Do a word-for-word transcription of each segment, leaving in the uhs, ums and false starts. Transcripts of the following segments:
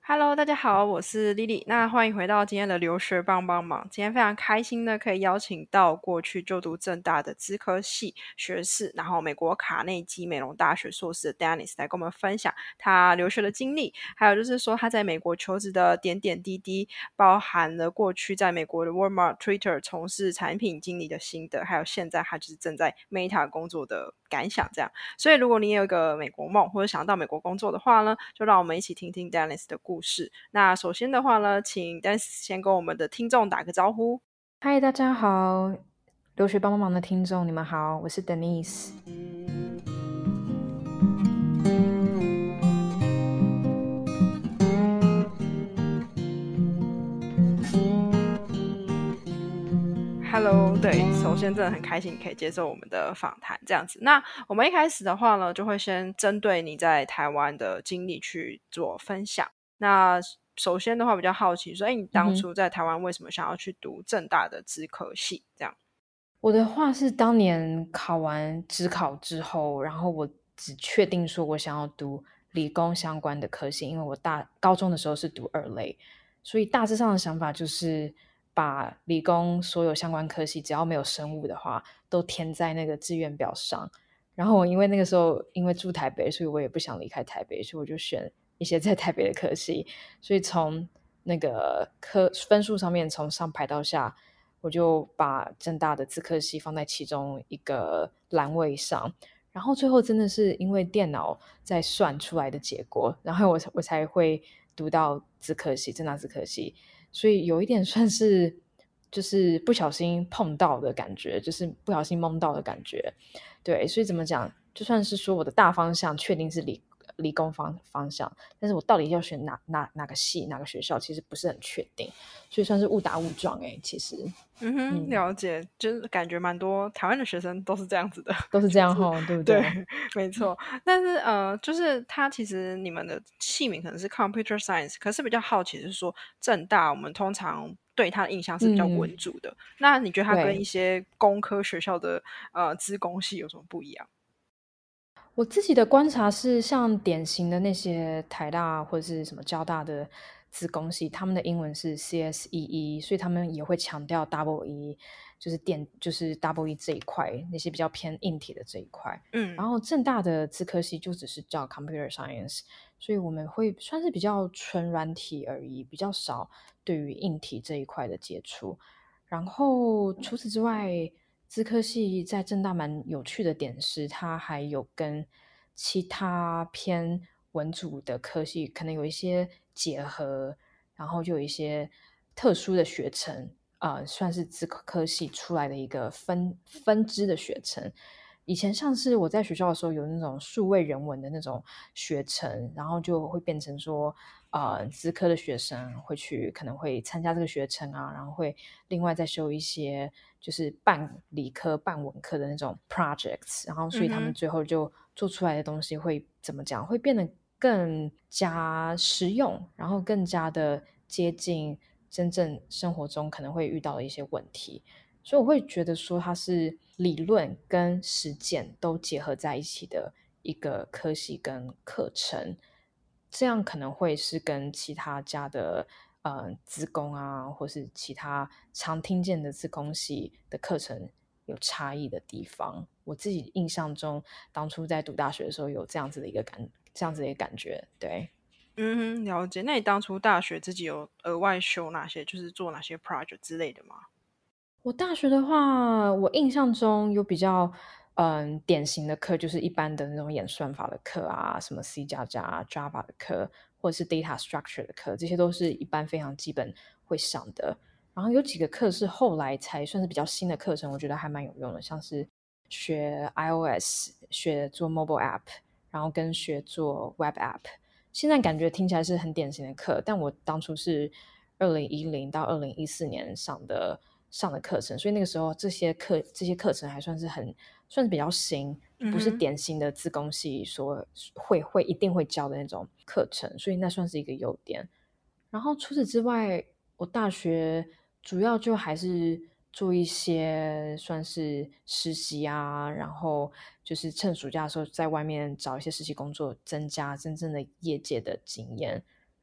Hello，大家好，我是 Lily。那欢迎回到今天的留学帮帮忙。今天非常开心呢，可以邀请到过去就读政大的资科系学士，然后美国卡内基梅隆大学硕士的 Dennis 来跟我们分享他留学的经历，还有就是说他在美国求职的点点滴滴，包含了过去在美国的 Walmart、Twitter 从事产品经理的心得，还有现在他就是正在 Meta 工作的感想这样。所以如果你也有一个美国梦，或者想到美国工作的话呢，就让我们一起听听 Dennis 的故事。那首先的话呢，请 Dennis 先跟我们的听众打个招呼。 嗨，大家好，留学帮帮忙的听众，你们好，我是 Denise。 Hello，对，首先真的很开心可以接受我们的访谈这样子。那我们一开始的话呢，就会先针对你在台湾的经历去做分享。那首先的话，比较好奇说，哎，你当嗯哼， 初在台湾为什么想要去读政大的资科系？这样。 我的话是当年考完职考之后，然后我只确定说我想要读理工相关的科系，因为我大高中的时候是读二类，所以大致上的想法就是把理工所有相关科系，只要没有生物的话，都填在那个志愿表上。然后我因为那个时候因为住台北，所以我也不想离开台北，所以我就选一些在台北的科系。所以从那个科分数上面从上排到下，我就把政大的资科系放在其中一个栏位上。然后最后真的是因为电脑在算出来的结果，然后我我才会读到资科系，政大资科系。所以有一点算是就是不小心碰到的感觉，就是不小心蒙到的感觉。对，所以怎么讲，就算是说我的大方向确定是理理工方方向，但是我到底要选哪哪哪个系哪个学校，其实不是很确定，所以算是误打误撞哎、欸，其实嗯哼， 嗯， 了解，就是感觉蛮多台湾的学生都是这样子的， 都是这就是样吼，对不对， 对？ 没错。但是呃，就是他其实你们的系名可能是 Computer Science，可是比较好奇是说正大，我们通常对他的印象是比较嗯， 文组的。那你觉得他跟一对。 些工科学校的呃资工系有什么不一样？ 我自己的观察是，像典型的那些台大或者是什么交大的资工系，他们的英文是 C S E E，所以他们也会强调 Double E，就是电就是 Double E 这一块，那些比较偏硬体的这一块。然嗯后正大的资科系就只是叫 Computer Science，所以我们会算是比较纯软体而已，比较少对于硬体这一块的接触。然后除此之外，资科系在政大蛮有趣的点是，它还有跟其他偏文组的科系可能有一些结合，然后就有一些特殊的学程，呃，算是资科系出来的一个分分支的学程。以前像是我在学校的时候，有那种数位人文的那种学程，然后就会变成说，呃，资科的学生会去可能会参加这个学程啊，然后会另外再修一些就是半理科半文科的那种 projects，然后所以他们嗯哼。 最后就做出来的东西会怎么讲，会变得更加实用，然后更加的接近真正生活中可能会遇到的一些问题。所以我会觉得说它是理论跟实践都结合在一起的一个科系跟课程，这样可能会是跟其他家的呃资工啊，或是其他常听见的资工系的课程有差异的地方。我自己印象中，当初在读大学的时候有这样子的一个感，这样子的一个感觉，对。 嗯哼，了解。那你当初大学自己有额外修哪些，就是做哪些 project 之类的吗？ 我大学的话，我印象中有比较嗯典型的课，就是一般的那种演算法的课啊，什么 C 加加、Java 的课，或者是 data structure 的课，这些都是一般非常基本会上的。然后有几个课是后来才算是比较新的课程，我觉得还蛮有用的，像是学 iOS、学做 mobile app，然后跟学做 web app。现在感觉听起来是很典型的课，但我当初是二零一零到二零一四年上的上的课程，所以那个时候这些课这些课程还算是很算是比较新，不是嗯哼。 典型的自工系说会会一定会教的那种课程，所以那算是一个优点。然后除此之外，我大学主要就还是做一些算是实习啊，然后就是趁暑假的时候在外面找一些实习工作，增加真正的业界的经验。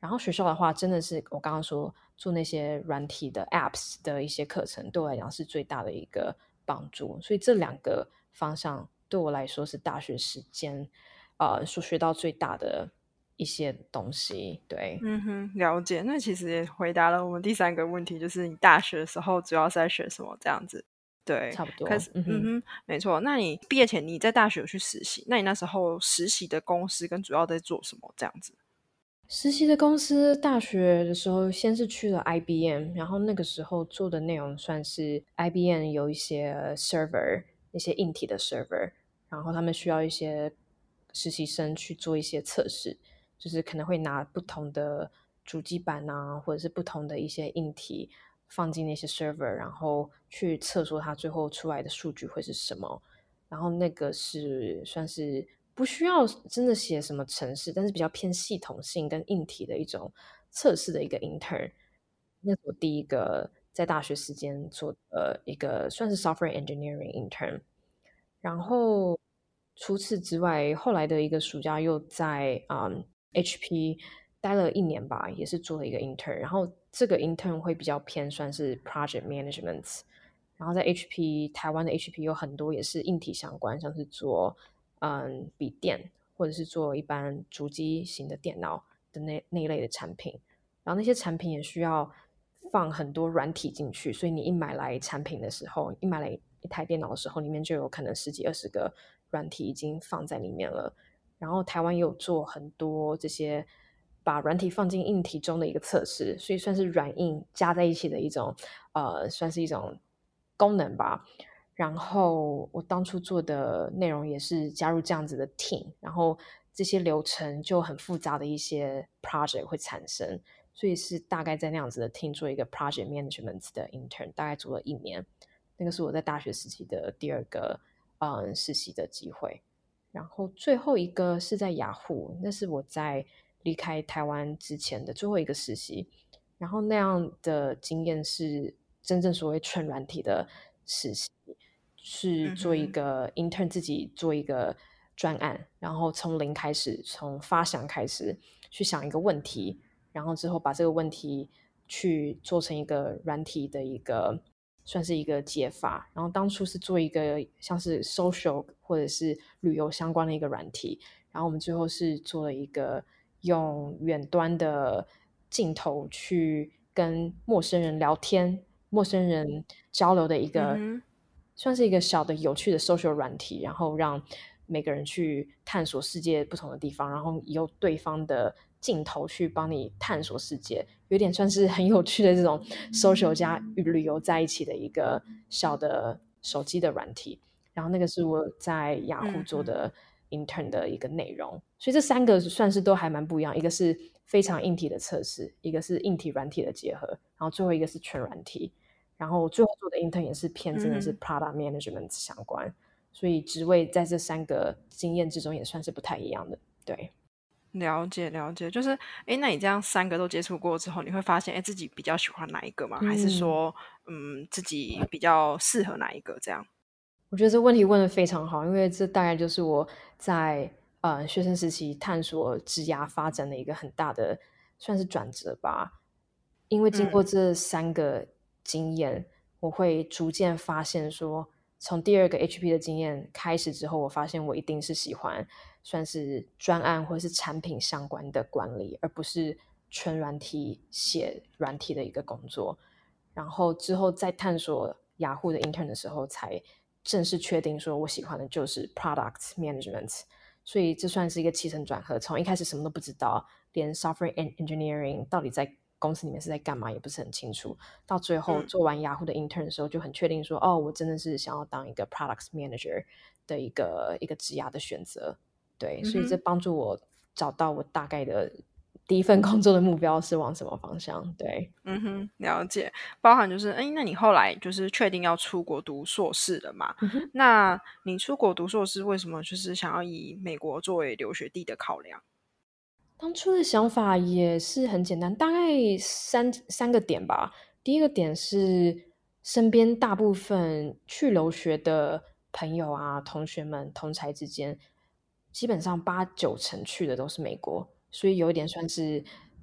然后学校的话，真的是我刚刚说做那些软体的 apps 的一些课程，对我来讲是最大的一个帮助。所以这两个方向对我来说是大学时间呃所学到最大的一些东西。对， 嗯哼，了解。那其实也回答了我们第三个问题，就是你大学的时候主要是在学什么这样子。对， 差不多。 可是， 嗯哼。 嗯哼，没错。那你毕业前你在大学有去实习，那你那时候实习的公司跟主要在做什么这样子？ 实习的公司，大学的时候先是去了 I B M，然后那个时候做的内容算是 I B M 有一些 server，一些硬体的 server，然后他们需要一些实习生去做一些测试，就是可能会拿不同的主机板啊，或者是不同的一些硬体放进那些 server，然后去测说它最后出来的数据会是什么。然后那个是算是不需要真的写什么程式，但是比较偏系统性跟硬体的一种测试的一个 intern。那是我第一个在大学时间做的一个算是 software engineering intern。然后除此之外，后来的一个暑假又在嗯 H P 待了一年吧，也是做了一个 intern。然后这个 intern 会比较偏算是 project management。然后在 H P 台湾的 H P 有很多也是硬体相关，像是做嗯笔电或者是做一般主机型的电脑的那那一类的产品。然后那些产品也需要放很多软体进去，所以你一买来产品的时候，一买来一台电脑的时候，里面就有可能十几二十个软体已经放在里面了。然后台湾也有做很多这些把软体放进硬体中的一个测试，所以算是软硬加在一起的一种呃，算是一种功能吧。然后我当初做的内容也是加入这样子的 team，然后这些流程就很复杂的一些 project 会产生，所以是大概在那样子的 team 做一个 project management 的 intern，大概做了一年。那个是我在大学时期的第二个嗯实习的机会。然后最后一个是在雅虎，那是我在离开台湾之前的最后一个实习。然后那样的经验是真正所谓纯软体的实习，是做一嗯哼， 个 intern，自己做一个专案，然后从零开始，从发想开始去想一个问题，然后之后把这个问题去做成一个软体的一个算是一个解法。然后当初是做一个像是 social 或者是旅游相关的一个软体，然后我们最后是做了一个用远端的镜头去跟陌生人聊天、陌生人交流的一个， 嗯哼， 算是一个小的有趣的 social 软体，然后让每个人去探索世界不同的地方，然后由对方的镜头去帮你探索世界，有点算是很有趣的这种 social 加与旅游在一起的一个小的手机的软体。然后那个是我在雅虎嗯哼。 做的 intern 的一个内容，所以这三个算是都还蛮不一样，一个是非常硬体的测试，一个是硬体软体的结合，然后最后一个是全软体。然后最后做的 intern 也是偏真的是嗯哼， product management 相关，所以职位在这三个经验之中也算是不太一样的。对。 了解了解，就是，诶，那你这样三个都接触过之后，你会发现，诶，自己比较喜欢哪一个吗？还是嗯， 说，嗯，自己比较适合哪一个这样？ 我觉得这问题问得非常好，因为这大概就是我在呃学生时期探索职涯发展的一个很大的算是转折吧。因为经过嗯这三个经验，我会逐渐发现说，从第二个 H P 的经验开始之后，我发现我一定是喜欢算是专案或是产品相关的管理，而不是纯软体写软体的一个工作。然后之后在探索雅虎的 intern 的时候，才正式确定说我喜欢的就是 product management。所以这算是一个起承转合，从一开始什么都不知道，连 software engineering 到底在公司里面是在干嘛也不是很清楚，到最后嗯做完雅虎的 intern 的时候，就很确定说，哦，我真的是想要当一个 product manager 的一个一个职涯的选择。对，所以这嗯哼。 帮助我找到我大概的第一份工作的目标是往什么方向。对。 嗯哼，了解，包含就是，哎，那你后来就是确定要出国读硕士了嘛？ 嗯哼。 那你出国读硕士，为什么就是想要以美国作为留学地的考量？ 当初的想法也是很简单，大概三三个点吧。第一个点是身边大部分去留学的朋友啊、同学们、同才之间，基本上八九成去的都是美国，所以有一点算是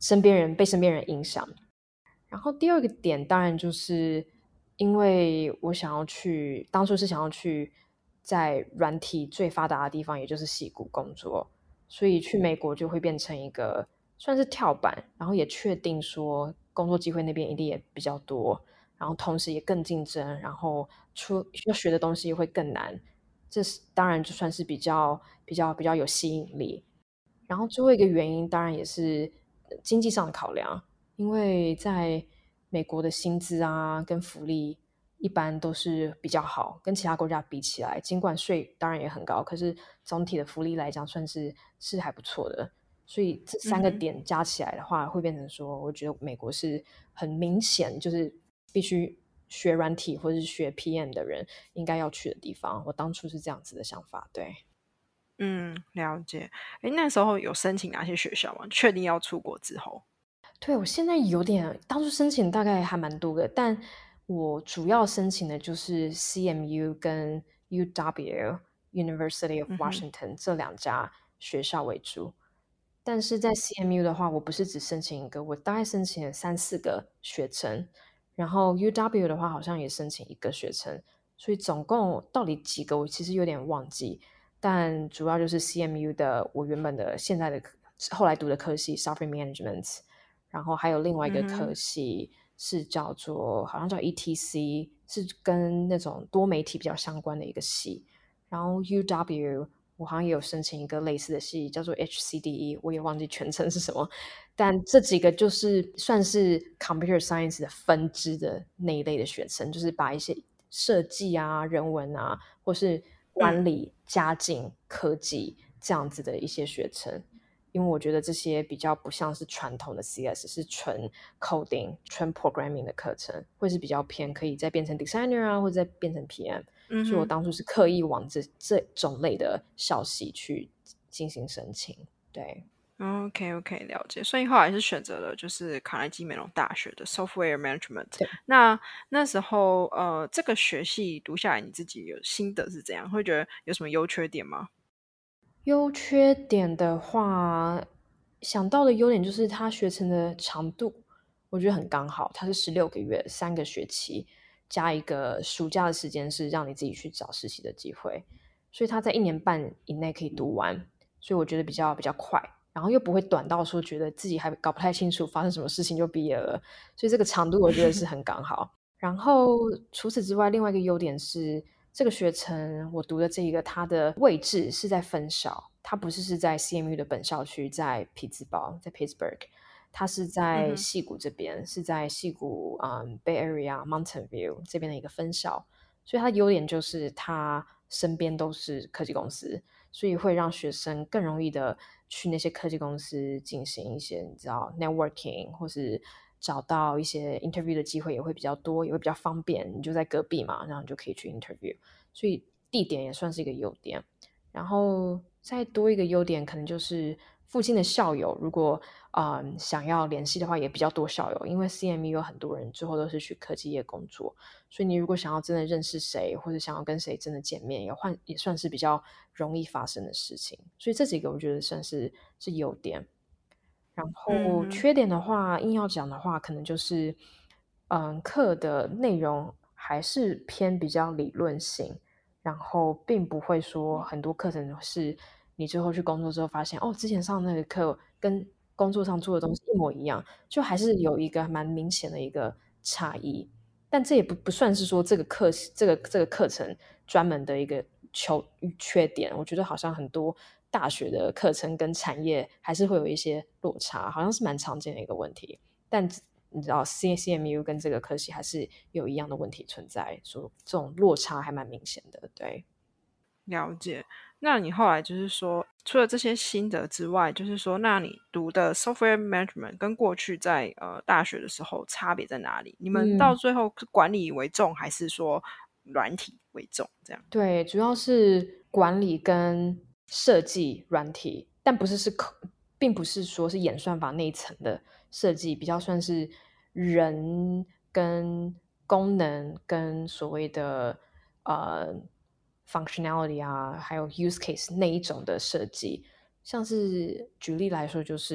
身边人被身边人影响。然后第二个点当然就是因为我想要去，当初是想要去在软体最发达的地方，也就是矽谷工作，所以去美国就会变成一个算是跳板，然后也确定说工作机会那边一定也比较多，然后同时也更竞争，然后出要学的东西会更难，这是当然就算是比较比较比较有吸引力。然后最后一个原因当然也是经济上的考量，因为在美国的薪资啊跟福利一般都是比较好，跟其他国家比起来，尽管税当然也很高，可是总体的福利来讲算是是还不错的。所以这三个嗯哼。 点加起来的话，会变成说，我觉得美国是很明显就是必须学软体或者是学 P M 的人应该要去的地方。我当初是这样子的想法，对。 嗯，了解。诶，那时候有申请哪些学校吗？确定要出国之后？ 对，我现在有点，当初申请大概还蛮多个，但我主要申请的就是 C M U 跟 U W University of 嗯哼。 Washington 这两家学校为主。但是在 C M U 的话，我不是只申请一个，我大概申请了三四个学程，然后 U W 的话好像也申请一个学程，所以总共到底几个我其实有点忘记，但主要就是 C M U 的我原本的现在的后来读的科系 Software Management。然后还有另外一个科嗯哼。 系是叫做好像叫 E T C， 是跟那种多媒体比较相关的一个系。然后 U W 我好像也有申请一个类似的系叫做 H C D E， 我也忘记全称是什么，但这几个就是算是 Computer Science 的分支的那一类的学程，就是把一些设计啊、人文啊，或是管嗯。 理、家境、科技这样子的一些学程。因为我觉得这些比较不像是传统的 C S， 是纯 coding、纯 programming 的课程，会是比较偏可以再变成 designer 啊，或者再变成 P M。所以我嗯哼。 当初是刻意往这这种类的校系去进行申请。对， OK OK，了解。所以后来是选择了就是卡耐基梅隆大学的 Software Management。 对。 那那时候呃，这个学系读下来，你自己有心得是怎样？会觉得有什么优缺点吗？ 优缺点的话，想到的优点就是它学程的长度，我觉得很刚好，它是十六个月，三个学期加一个暑假的时间是让你自己去找实习的机会，所以它在一年半以内可以读完，所以我觉得比较比较快，然后又不会短到说觉得自己还搞不太清楚发生什么事情就毕业了，所以这个长度我觉得是很刚好。然后除此之外，另外一个优点是这个学程我读的这一个，它的位置是在分校，它不是是在 C M U 的本校区，在匹兹堡，在 Pittsburgh，它是在嗯哼。 矽谷这边，是在矽谷嗯 Bay Area Mountain View 这边的一个分校，所以它的优点就是它身边都是科技公司，所以会让学生更容易的去那些科技公司进行一些你知道 networking，或是找到一些 interview 的机会也会比较多，也会比较方便。你就在隔壁嘛，然后你就可以去 interview，所以地点也算是一个优点。然后再多一个优点，可能就是附近的校友，如果嗯想要联系的话，也比较多校友，因为 C M U 有很多人最后都是去科技业工作，所以你如果想要真的认识谁，或者想要跟谁真的见面，也换也算是比较容易发生的事情。所以这几个我觉得算是是优点。然后嗯哼。 缺点的话，硬要讲的话，可能就是，嗯，课的内容还是偏比较理论性，然后并不会说很多课程是你最后去工作之后发现，哦，之前上那个课跟工作上做的东西一模一样，就还是有一个蛮明显的一个差异。但这也不不算是说这个课这个这个课程专门的一个求缺点，我觉得好像很多大学的课程跟产业还是会有一些落差，好像是蛮常见的一个问题。但你知道 C C M U 跟这个科系还是有一样的问题存在，说这种落差还蛮明显的。对。 了解。那你后来就是说，除了这些心得之外，就是说，那你读的 software management 跟过去在呃大学的时候差别在哪里？你们到嗯， 最后是管理为重，还是说软体为重？这样？ 对，主要是管理跟设计软体，但不是是可，并不是说是演算法那一层的设计，比较算是人跟功能跟所谓的呃 functionality 啊，还有 use case 那一种的设计。像是举例来说，就是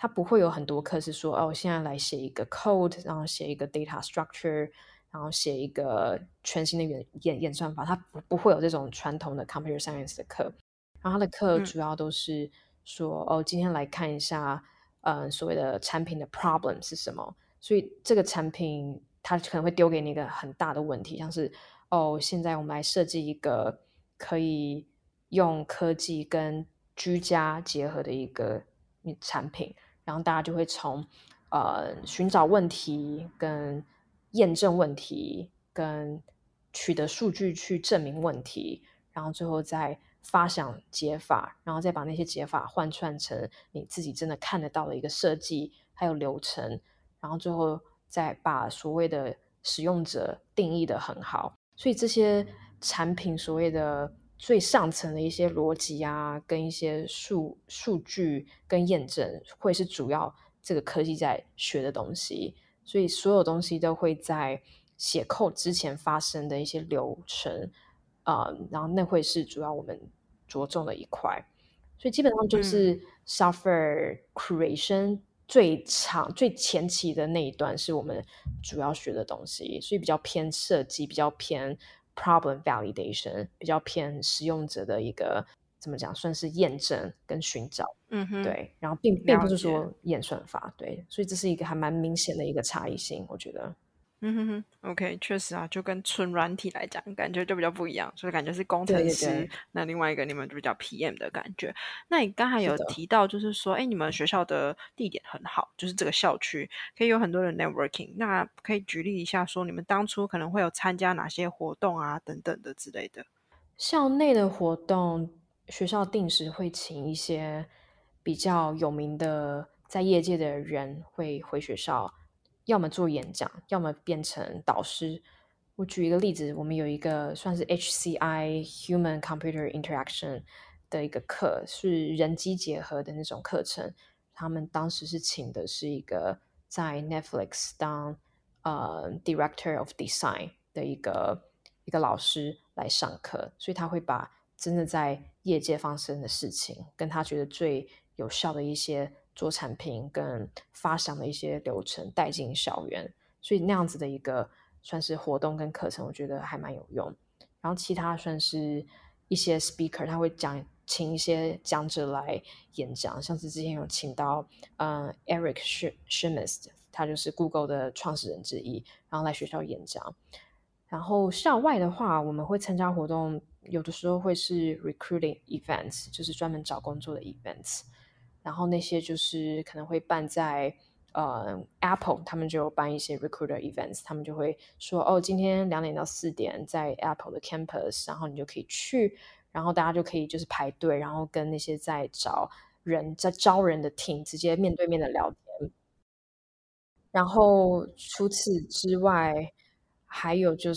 它不会有很多课是说哦，现在来写一个 code，然后写一个 data structure，然后写一个全新的演演演算法，它不不会有这种传统的 computer science 的课。然后它的课嗯主要都是说哦，今天来看一下，呃，所谓的产品的 problem 是什么。所以这个产品它可能会丢给你一个很大的问题，像是哦，现在我们来设计一个可以用科技跟居家结合的一个嗯产品，然后大家就会从呃寻找问题、跟验证问题、跟取得数据去证明问题，然后最后再发想解法，然后再把那些解法换算成你自己真的看得到的一个设计还有流程，然后最后再把所谓的使用者定义的很好。所以这些产品所谓的最上层的一些逻辑啊，跟一些数数据跟验证，会是主要这个科技在学的东西。所以所有东西都会在写 code 之前发生的一些流程，呃，然后那会是主要我们着重的一块。所以基本上就嗯是 software creation 最长最前期的那一段是我们主要学的东西，所以比较偏设计，比较偏 problem validation，比较偏使用者的一个怎么讲，算是验证跟寻找。 嗯哼， 对，然后并并不是了解。 说演算法，对，所以这是一个还蛮明显的一个差异性，我觉得。 嗯哼哼，OK，确实啊，就跟纯软体来讲，感觉就比较不一样，就是感觉是工程师， 对对对， 那另外一个你们就比较 P M 的感觉。那你刚才是的。 有提到，就是说，哎，你们学校的地点很好，就是这个校区可以有很多人 networking，那可以举例一下，说你们当初可能会有参加哪些活动啊，等等的之类的。 校内的活动，学校定时会请一些比较有名的在业界的人会回学校，要么做演讲，要么变成导师。我举一个例子，我们有一个算是 H C I Human Computer Interaction 的一个课，是人机结合的那种课程。他们当时是请的是一个在 Netflix 当呃 Director of Design 的一个一个老师来上课，所以他会把真的在业界发生的事情，跟他觉得最有效的一些做产品跟发想的一些流程带进校园，所以那样子的一个算是活动跟课程，我觉得还蛮有用。然后其他算是一些 speaker，他会讲请一些讲者来演讲，像是之前有请到呃 Eric Schmidt，他就是 Google 的创始人之一，然后来学校演讲。然后校外的话，我们会参加活动，有的时候会是 recruiting events，就是专门找工作的 events。然后那些就是可能会办在呃 Apple，他们就有办一些 recruiter events，他们就会说哦，今天两点到四点在 Apple 的 campus，然后你就可以去，然后大家就可以就是排队，然后跟那些在找人在招人的 team 直接面对面的聊天。然后除此之外，还有就是，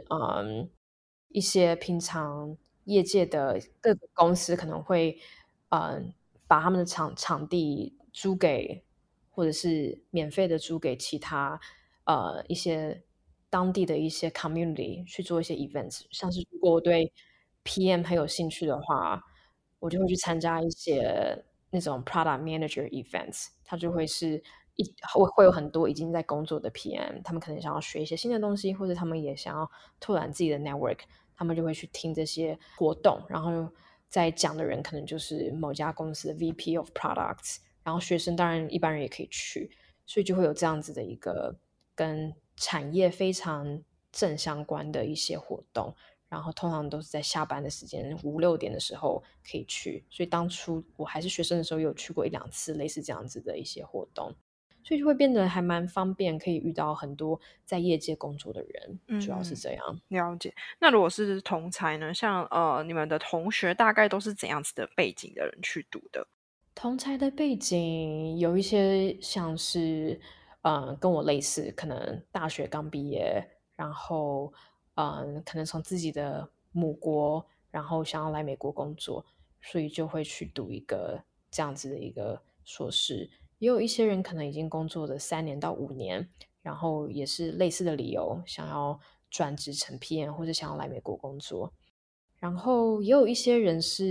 嗯，一些平常业界的各个公司可能会，嗯，把他们的场场地租给或者是免费的租给其他，呃，一些当地的一些 community 去做一些 events。像是如果我对 P M 很有兴趣的话，我就会去参加一些那种 product manager events，它就会是一会会有很多已经在工作的 P M，他们可能想要学一些新的东西，或者他们也想要拓展自己的 network，他们就会去听这些活动，然后在讲的人可能就是某家公司的 V P of products，然后学生当然一般人也可以去，所以就会有这样子的一个跟产业非常正相关的一些活动。然后通常都是在下班的时间五六点的时候可以去，所以当初我还是学生的时候有去过一两次类似这样子的一些活动，所以就会变得还蛮方便，可以遇到很多在业界工作的人，主要是嗯， 这样。 了解。那如果是同才呢？像呃，你们的同学大概都是怎样子的背景的人去读的？ 同才的背景有一些像是，嗯，跟我类似，可能大学刚毕业，然后，嗯，可能从自己的母国，然后想要来美国工作，所以就会去读一个这样子的一个硕士。也有一些人可能已经工作了三年到五年，然后也是类似的理由，想要转职成 P M 或者想要来美国工作。然后也有一些人是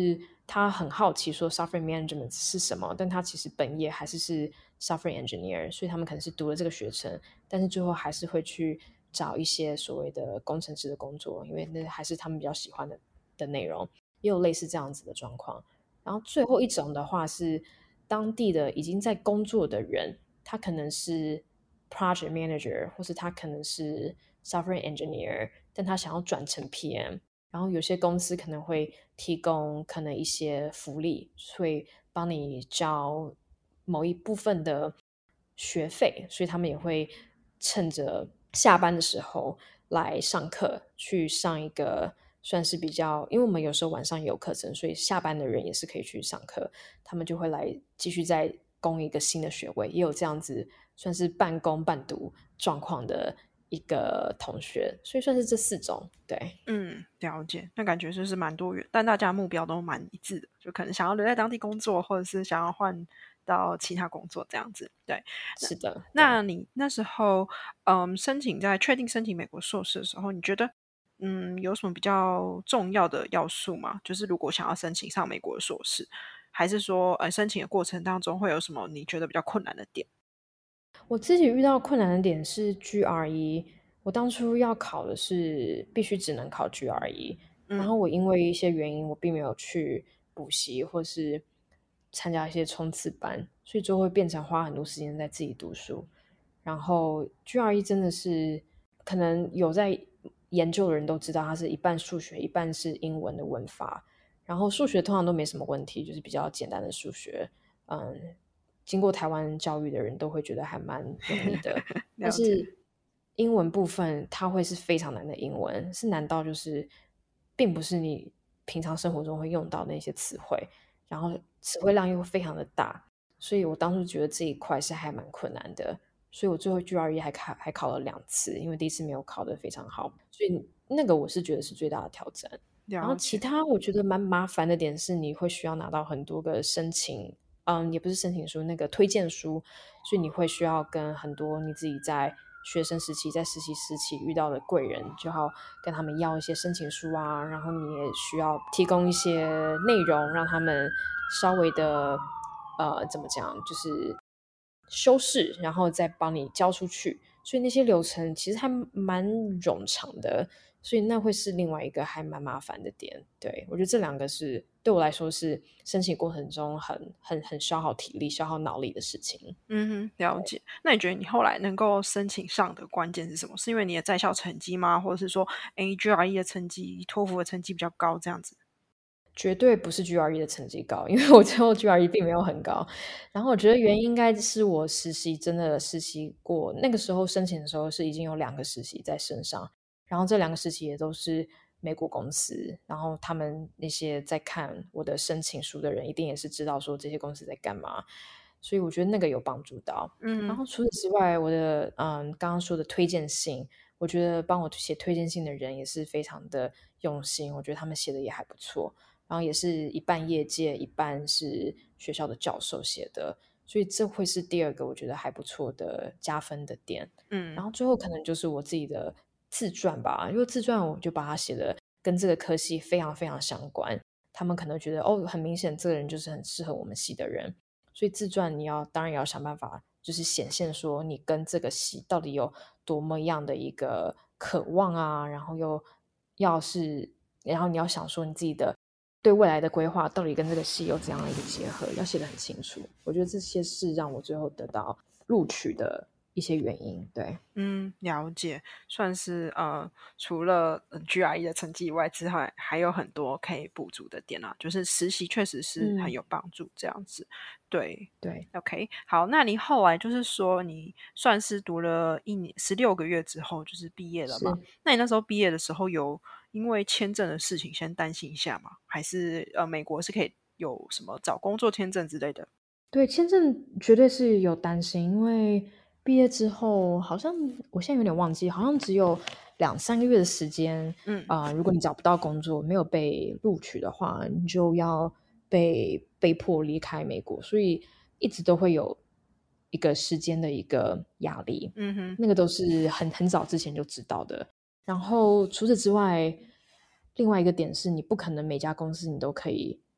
他很好奇说 software management 是什么，但他其实本业还是是 software engineer， 所以他们可能是读了这个学程，但是最后还是会去找一些所谓的工程师的工作，因为那还是他们比较喜欢的的内容，也有类似这样子的状况。然后最后一种的话是当地的已经在工作的人，他可能是 project manager， 或是他可能是 software engineer， 但他想要转成 P M， 然后有些公司可能会提供可能一些福利，会帮你交某一部分的学费，所以他们也会趁着下班的时候来上课，去上一个算是比较，因为我们有时候晚上也有课程，所以下班的人也是可以去上课，他们就会来继续再攻一个新的学位，也有这样子算是半工半读状况的一个同学，所以算是这四种。对， 嗯，了解。那感觉就是蛮多元，但大家目标都蛮一致的，就可能想要留在当地工作，或者是想要换到其他工作这样子。对，那是的，对。 那你那时候嗯申请在确定申请美国硕士的时候，你觉得嗯有什么比较重要的要素吗？就是如果想要申请上美国的硕士，还是说呃申请的过程当中会有什么你觉得比较困难的点？ 我自己遇到困难的点是 G R E，我当初要考的是必须只能考 G R E，然后嗯我因为一些原因，我并没有去补习或是参加一些冲刺班，所以就会变成花很多时间在自己读书。然后 G R E 真的是可能有在研究的人都知道，它是一半数学，一半是英文的文法。然后数学通常都没什么问题，就是比较简单的数学，嗯，经过台湾教育的人都会觉得还蛮容易的。但了解。 是英文部分它会是非常难的英文，是难到就是并不是你平常生活中会用到那些词汇，然后词汇量又非常的大，所以我当初觉得这一块是还蛮困难的。所以我最后 G R E 还考还考了两次，因为第一次没有考得非常好，所以那个我是觉得是最大的挑战。然后其了解。 他我觉得蛮麻烦的点是，你会需要拿到很多个申请，嗯，也不是申请书，那个推荐书，所以你会需要跟很多你自己在学生时期、在实习时期遇到的贵人，就要跟他们要一些申请书啊，然后你也需要提供一些内容，让他们稍微的，呃，怎么讲，就是修饰，然后再帮你交出去。所以那些流程其实还蛮冗长的，所以那会是另外一个还蛮麻烦的点。对，我觉得这两个是对我来说是申请过程中很很很消耗体力、消耗脑力的事情。 嗯哼，了解。那你觉得你后来能够申请上的关键是什么？是因为你的在校成绩吗？或者是说，诶 G R E 的成绩、托福的成绩比较高这样子？ 绝对不是 G R E 的成绩高，因为我最后 G R E 并没有很高。然后我觉得原因应该是我实习真的实习过，那个时候申请的时候是已经有两个实习在身上，然后这两个实习也都是美国公司，然后他们那些在看我的申请书的人，一定也是知道说这些公司在干嘛，所以我觉得那个有帮助到。然嗯后除此之外，我的嗯刚刚说的推荐信，我觉得帮我写推荐信的人也是非常的用心，我觉得他们写的也还不错。然后也是一半业界，一半是学校的教授写的，所以这会是第二个我觉得还不错的加分的点。然嗯后最后可能就是我自己的自传吧，因为自传我就把它写的跟这个科系非常非常相关，他们可能觉得哦，很明显这个人就是很适合我们系的人，所以自传你要当然也要想办法，就是显现说你跟这个系到底有多么样的一个渴望啊，然后又要是，然后你要想说你自己的对未来的规划到底跟这个戏有怎样的一个结合，要写得很清楚。我觉得这些是让我最后得到录取的一些原因。对， 嗯，了解。算是呃，除了呃 G R E 的成绩以外之外，还有很多可以补足的点啊。就是实习确实是很嗯， 有帮助，这样子。对。 对， OK，好，那你后来就是说，你算是读了一年十六个月之后，就是毕业了嘛？ 是。 那你那时候毕业的时候，有因为签证的事情先担心一下吗？还是呃，美国是可以有什么找工作签证之类的？ 对，签证绝对是有担心，因为毕业之后好像我现在有点忘记，好像只有两三个月的时间嗯啊、如果你找不到工作，没有被录取的话，你就要被被迫离开美国，所以一直都会有一个时间的一个压力， 嗯哼。 那个都是很很早之前就知道的。然后除此之外，另外一个点是你不可能每家公司你都可以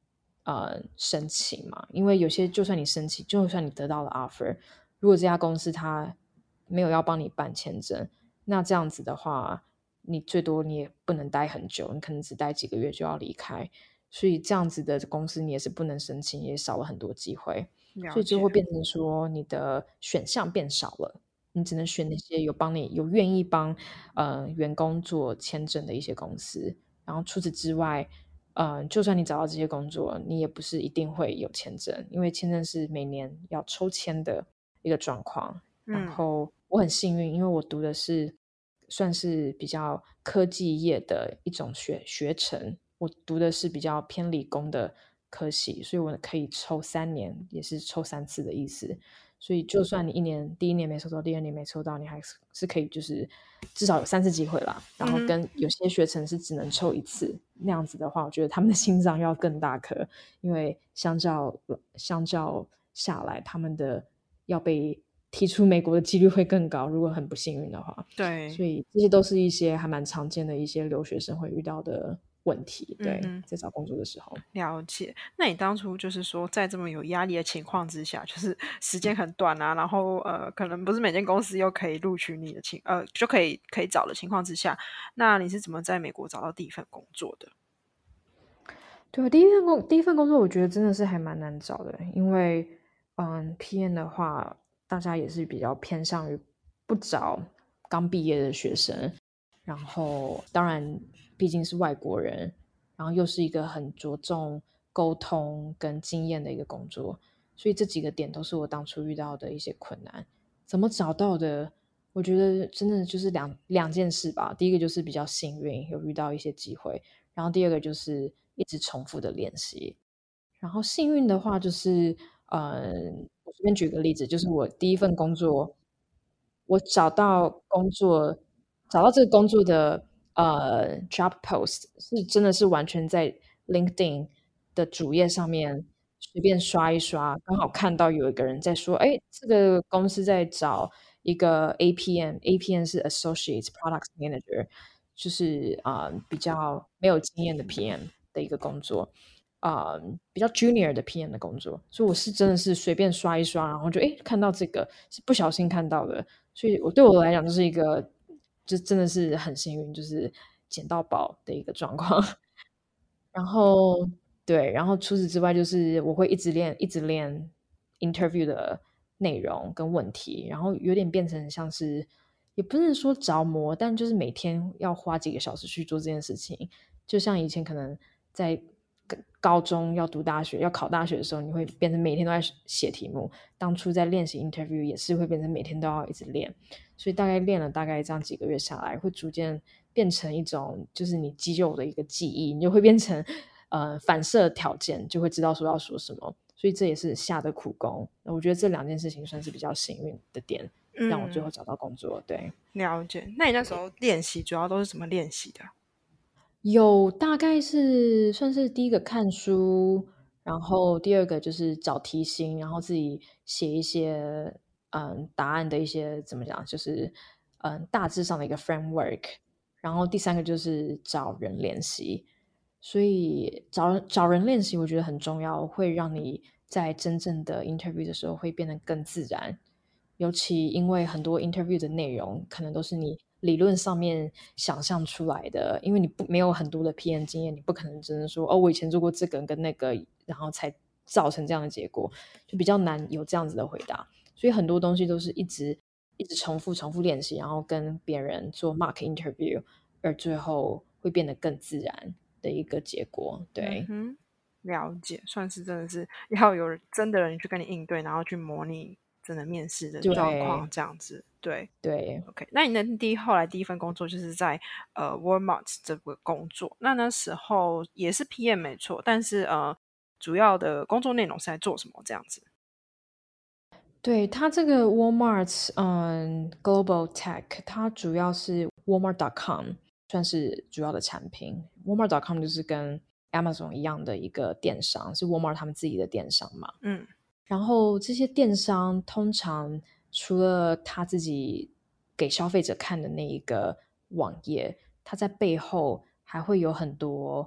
呃申请嘛，因为有些就算你申请，就算你得到了 offer， 如果这家公司它没有要帮你办签证，那这样子的话，你最多你也不能待很久，你可能只待几个月就要离开，所以这样子的公司你也是不能申请，也少了很多机会，所以就了解。 会变成说你的选项变少了。你只能选那些有帮你有愿意帮呃员工做签证的一些公司，然后除此之外，呃，就算你找到这些工作，你也不是一定会有签证，因为签证是每年要抽签的一个状况。然嗯后我很幸运，因为我读的是算是比较科技业的一种学学程，我读的是比较偏理工的科系，所以我可以抽三年，也是抽三次的意思。所以就算你一年第一年没抽到，第二年没抽到，你还是是可以就是至少有三次机会啦。然后嗯跟有些学程是只能抽一次，那样子的话，我觉得他们的心脏要更大颗，因为相较相较下来，他们的要被踢出美国的几率会更高，如果很不幸运的话。 对。 所以这些都是一些还蛮常见的一些留学生会遇到的问题，对， 嗯哼。 在找工作的时候。 了解。那你当初就是说，在这么有压力的情况之下，就是时间很短啊，然后呃，可能不是每间公司又可以录取你的情，呃，就可以可以找的情况之下，那你是怎么在美国找到第一份工作的？ 对，第一份工第一份工作，我觉得真的是还蛮难找的，因为嗯，P N 的话，大家也是比较偏向于不找刚毕业的学生，然后当然毕竟是外国人，然后又是一个很着重沟通跟经验的一个工作，所以这几个点都是我当初遇到的一些困难。怎么找到的？我觉得真的就是两两件事吧。第一个就是比较幸运，有遇到一些机会，然后第二个就是一直重复的练习。然后幸运的话就是，呃，我随便举个例子，就是我第一份工作，我找到工作，找到这个工作的呃 job post 是真的是完全在 LinkedIn 的主页上面随便刷一刷，刚好看到有一个人在说，哎，这个公司在找一个 A P M，A P M 是 Associate Product Manager，就是啊、呃比较没有经验的 P M 的一个工作。啊、呃比较 junior 的 P M 的工作，所以我是真的是随便刷一刷，然后就诶看到这个是不小心看到的，所以我对我来讲就是一个就真的是很幸运，就是捡到宝的一个状况。然后对，然后除此之外，就是我会一直练，一直练 interview 的内容跟问题，然后有点变成像是，也不是说着魔，但就是每天要花几个小时去做这件事情。就像以前可能在高中要读大学、要考大学的时候，你会变成每天都在写题目。当初在练习 interview 也是会变成每天都要一直练，所以大概练了大概这样几个月下来，会逐渐变成一种就是你肌肉的一个记忆，你就会变成呃反射条件，就会知道说要说什么。所以这也是下的苦功。我觉得这两件事情算是比较幸运的点，让我最嗯， 后找到工作。对。 了解。那你那时候练习主要都是怎么练习的？ 有大概是算是第一个看书，然后第二个就是找题型，然后自己写一些嗯答案的一些怎么讲，就是嗯大致上的一个 framework，然后第三个就是找人练习。所以找找人练习，我觉得很重要，会让你在真正的 interview 的时候会变得更自然。尤其因为很多 interview 的内容可能都是你理论上面想象出来的，因为你不没有很多的 P M 经验，你不可能真的说哦，我以前做过这个跟那个，然后才造成这样的结果，就比较难有这样子的回答。所以很多东西都是一直一直重复重复练习，然后跟别人做 mock interview，而最后会变得更自然的一个结果。对嗯哼。了解，算是真的是要有人真的人去跟你应对，然后去模拟真的面试的状况对这样子。对。 对， OK，那你的第一后来第一份工作就是在呃 Walmart 这个工作，那那时候也是 P M 没错，但是呃主要的工作内容是在做什么这样子？ 对，它这个 Walmart，嗯，Global Tech，它主要是 Walmart 点 com 算是主要的产品。Walmart 点 com 就是跟 Amazon 一样的一个电商，是 Walmart 他们自己的电商嘛。 嗯然后这些电商通常除了他自己给消费者看的那一个网页，它在背后还会有很多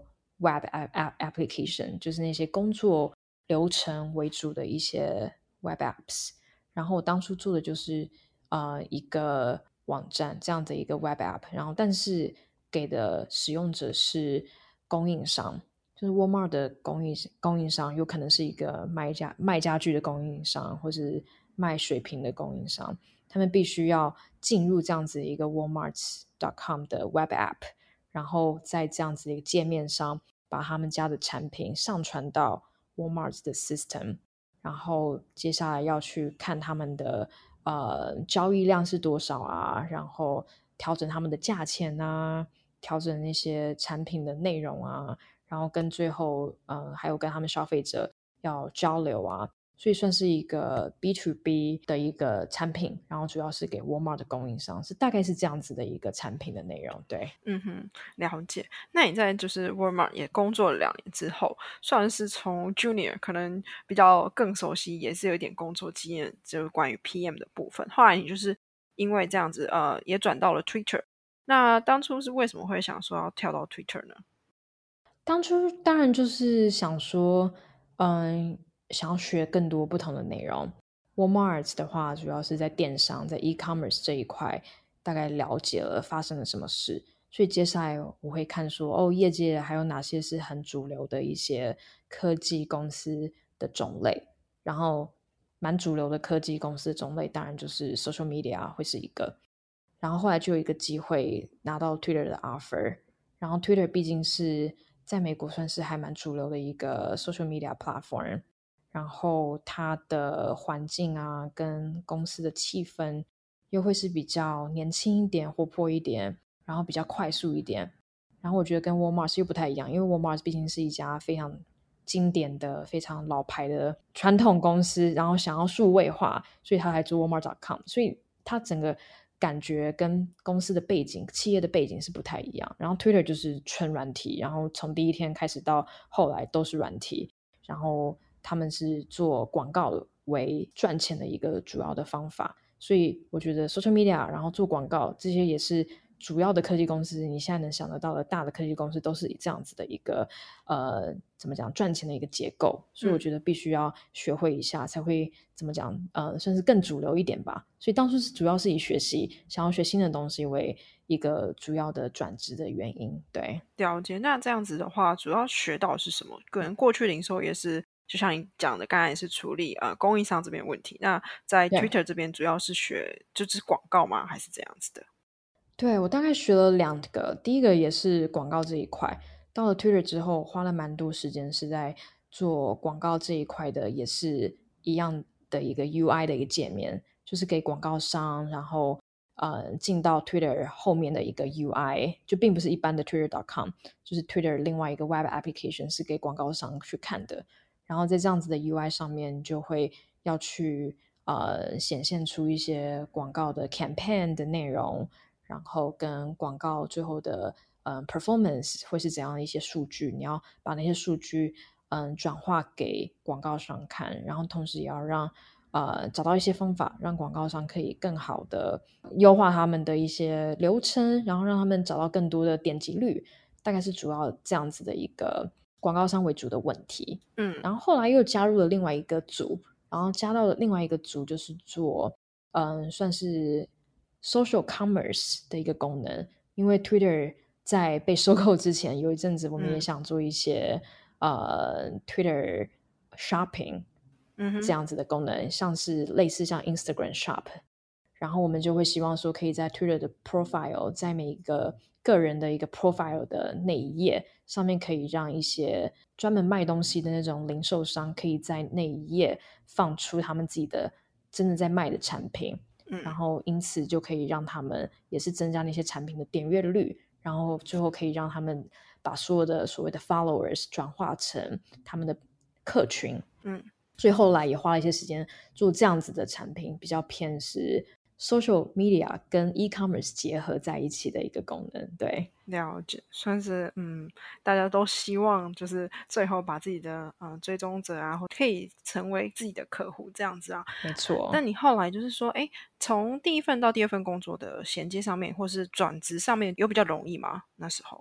web application， 就是那些工作流程为主的一些 web apps。然后我当初做的就是呃一个网站这样的一个 web app， 然后但是给的使用者是供应商，就是 Walmart 的供应供应商，有可能是一个卖家卖家具的供应商，或是卖水瓶的供应商，他们必须要进入这样子一个 walmart dot com 的 web app， 然后在这样子的一个界面上把他们家的产品上传到 Walmart 的 system， 然后接下来要去看他们的呃交易量是多少啊，然后调整他们的价钱啊，调整那些产品的内容啊，然后跟最后呃还有跟他们消费者要交流啊，所以算是一个 B to B 的一个产品，然后主要是给 Walmart 的供应商，是大概是这样子的一个产品的内容。对， 嗯哼，了解。那你在就是 Walmart 也工作了两年之后，算是从 Junior 可能比较更熟悉，也是有一点工作经验，就是关于 P M 的部分。后来你就是因为这样子，呃，也转到了 Twitter。那当初是为什么会想说要跳到 Twitter 呢？ 当初当然就是想说，嗯，想要学更多不同的内容。Walmart 的话，主要是在电商，在 e-commerce 这一块，大概了解了发生了什么事，所以接下来我会看说，哦，业界还有哪些是很主流的一些科技公司的种类，然后蛮主流的科技公司的种类，当然就是 social media 会是一个。然后后来就有一个机会拿到 Twitter 的 offer，然后 Twitter 毕竟是在美国算是还蛮主流的一个 social media platform，然后它的环境啊跟公司的气氛又会是比较年轻一点、活泼一点，然后比较快速一点。然后我觉得跟 Walmart 又不太一样，因为 Walmart 毕竟是一家非常经典的、非常老牌的传统公司，然后想要数位化，所以他来做 Walmart dot com， 所以它整个感觉跟公司的背景、企业的背景是不太一样。然后 Twitter 就是纯软体，然后从第一天开始到后来都是软体，然后他们是做广告为赚钱的一个主要的方法。所以我觉得 social media 然后做广告这些也是主要的科技公司，你现在能想得到的大的科技公司都是以这样子的一个呃怎么讲赚钱的一个结构，所以我觉得必须要学会一下才会怎么讲呃算是更主流一点吧。所以当初是主要是以学习想要学新的东西为一个主要的转职的原因。对， 了解。那这样子的话，主要学到的是什么？可能过去零售也是，就像你讲的，刚才也是处理呃供应商这边问题。那在对 Twitter 这边主要是学就是广告吗？还是这样子的？ 对，我大概学了两个，第一个也是广告这一块，到了 Twitter 之后，花了蛮多时间是在做广告这一块的，也是一样的一个 U I 的一个界面，就是给广告商，然后呃进到 Twitter 后面的一个 U I，就并不是一般的 Twitter dot com， 就是 Twitter 另外一个 Web application 是给广告商去看的，然后在这样子的 U I 上面就会要去呃显现出一些广告的 campaign 的内容。然后跟广告最后的嗯、呃、performance 会是怎样的一些数据，你要把那些数据嗯转化给广告商看，然后同时也要让呃找到一些方法，让广告商可以更好的优化他们的一些流程，然后让他们找到更多的点击率，大概是主要这样子的一个广告商为主的问题。 嗯然后后来又加入了另外一个组，然后加到了另外一个组就是做嗯算是social commerce 的一个功能，因为 Twitter 在被收购之前，有一阵子我们也嗯想做一些呃 Twitter shopping 嗯哼这样子的功能，像是类似像 Instagram Shop，然后我们就会希望说，可以在 Twitter 的 profile， 在每一个个人的一个 profile 的那一页上面，可以让一些专门卖东西的那种零售商，可以在那一页放出他们自己的真的在卖的产品。然嗯后因此就可以让他们也是增加那些产品的点阅率，然后最后可以让他们把所有的所谓的 followers 转化成他们的客群。 嗯。 所以后来也花了一些时间做这样子的产品，比较偏是 social media 跟 e-commerce 结合在一起的一个功能。对， 了解，算是嗯，大家都希望就是最后把自己的嗯、呃追踪者啊，或可以成为自己的客户这样子啊。 没错。 那你后来就是说，哎，从第一份到第二份工作的衔接上面，或是转职上面，有比较容易吗？那时候？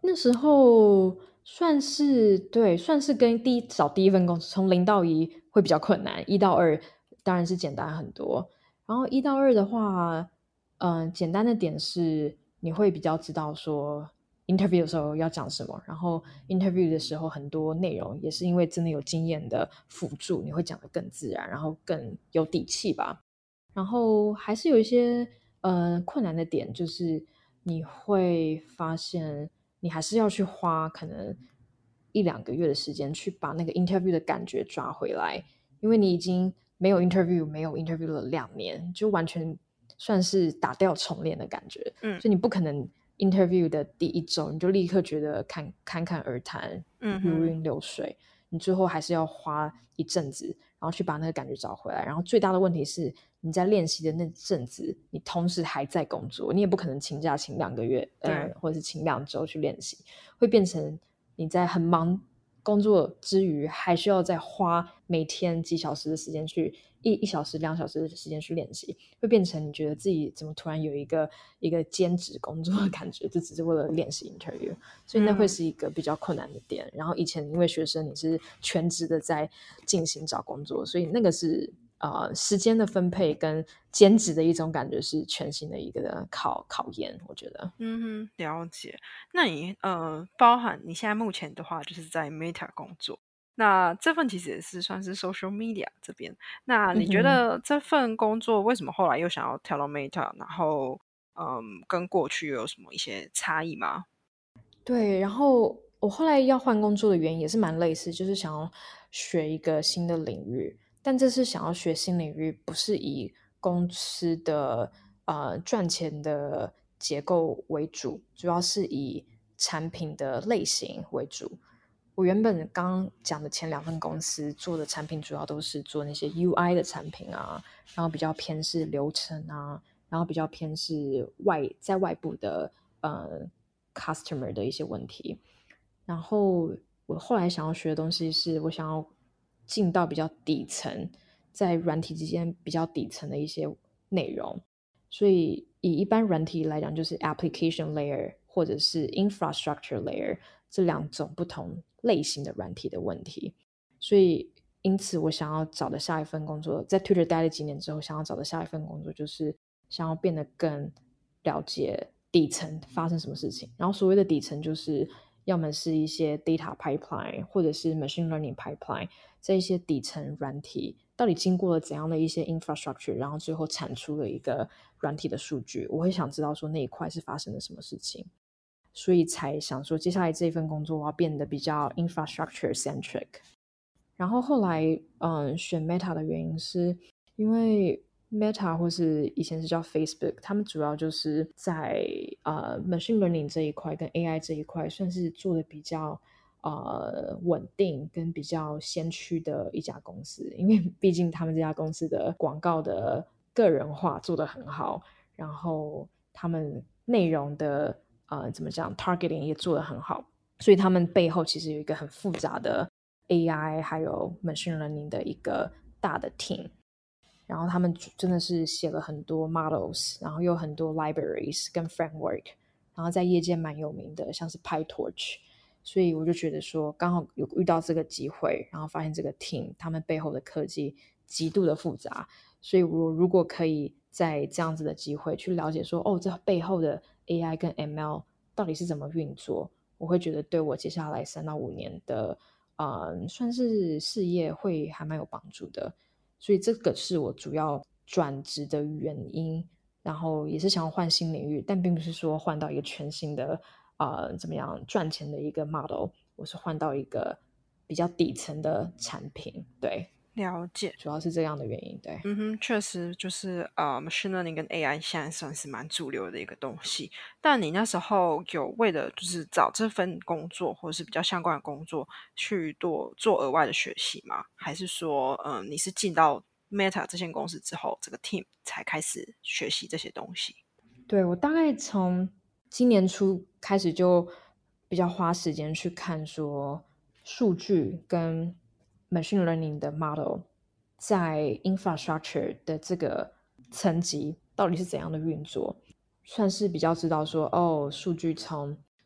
那时候算是对，算是跟第一找第一份工作从零到一会比较困难，一到二当然是简单很多。然后一到二的话，嗯、呃，简单的点是你会比较知道说 interview 的时候要讲什么，然后 interview 的时候很多内容也是因为真的有经验的辅助，你会讲得更自然，然后更有底气吧。然后还是有一些呃困难的点，就是你会发现你还是要去花可能一两个月的时间去把那个 interview 的感觉抓回来，因为你已经没有 interview 没有 interview 了两年，就完全算是打掉重练的感觉， 嗯所以你不可能 interview 的第一周你就立刻觉得侃侃侃而谈， 嗯哼如鱼流水，你最后还是要花一阵子，然后去把那个感觉找回来。然后最大的问题是你在练习的那阵子，你同时还在工作，你也不可能请假请两个月，呃， 对或者是请两周去练习，会变成你在很忙工作之余，还需要再花每天几小时的时间去一一小时、两小时的时间去练习，会变成你觉得自己怎么突然有一个一个兼职工作的感觉，就只是为了练习 interview，所以那会嗯是一个比较困难的点。然后以前因为学生你是全职的在进行找工作，所以那个是呃时间的分配跟兼职的一种感觉是全新的一个考考验，我觉得。 嗯哼，了解。那你呃，包含你现在目前的话，就是在 Meta 工作，那这份其实也是算是 social media 这边。那你觉嗯哼。 得这份工作为什么后来又想要跳到 Meta，然后嗯，跟过去有什么一些差异吗？ 对，然后我后来要换工作的原因也是蛮类似，就是想要学一个新的领域，但这次想要学新领域，不是以公司的呃赚钱的结构为主，主要是以产品的类型为主。我原本刚讲的前两份公司做的产品，主要都是做那些 U I 的产品啊，然后比较偏是流程啊，然后比较偏是外在外部的呃 customer 的一些问题。然后我后来想要学的东西是我想要进到比较底层，在软体之间比较底层的一些内容。所以以一般软体来讲，就是 application layer 或者是 infrastructure layer 这两种不同类型的软体的问题。所以因此我想要找的下一份工作，在 Twitter 待了几年之后，想要找的下一份工作就是想要变得更了解底层发生什么事情。然后所谓的底层就是要么是一些 data pipeline 或者是 machine learning pipeline，这一些底层软体到底经过了怎样的一些 infrastructure，然后最后产出了一个软体的数据，我会想知道说那一块是发生了什么事情，所以才想说接下来这份工作我要变得比较 infrastructure centric。然后后来，嗯，选 Meta 的原因是因为 Meta 或是以前是叫 Facebook，他们主要就是在呃 machine learning 这一块跟 A I 这一块算是做的比较呃稳定跟比较先驱的一家公司，因为毕竟他们这家公司的广告的个人化做得很好，然后他们内容的呃怎么讲 targeting 也做得很好，所以他们背后其实有一个很复杂的 A I 还有 machine learning 的一个大的 team，然后他们真的是写了很多 models，然后有很多 libraries 跟 framework，然后在业界蛮有名的，像是 PyTorch，所以我就觉得说刚好有遇到这个机会，然后发现这个 team 他们背后的科技极度的复杂，所以我如果可以在这样子的机会去了解说，哦，这背后的 A I 跟 M L 到底是怎么运作，我会觉得对我接下来三到五年的呃算是事业会还蛮有帮助的，所以这个是我主要转职的原因，然后也是想要换新领域，但并不是说换到一个全新的呃怎么样赚钱的一个 model，我是换到一个比较底层的产品，对， 了解。 主要是这样的原因，对。 嗯哼，确实就是呃，machine learning 跟 A I 现在算是蛮主流的一个东西。但你那时候有为了就是找这份工作或者是比较相关的工作去多做额外的学习吗？还是说，嗯、呃，你是进到 Meta 这间公司之后，这个 team 才开始学习这些东西？ 对，我大概从今年初开始就比较花时间去看说数据跟 machine learning 的 model 在 infrastructure 的这个层级到底是怎样的运作，算是比较知道说哦，数据从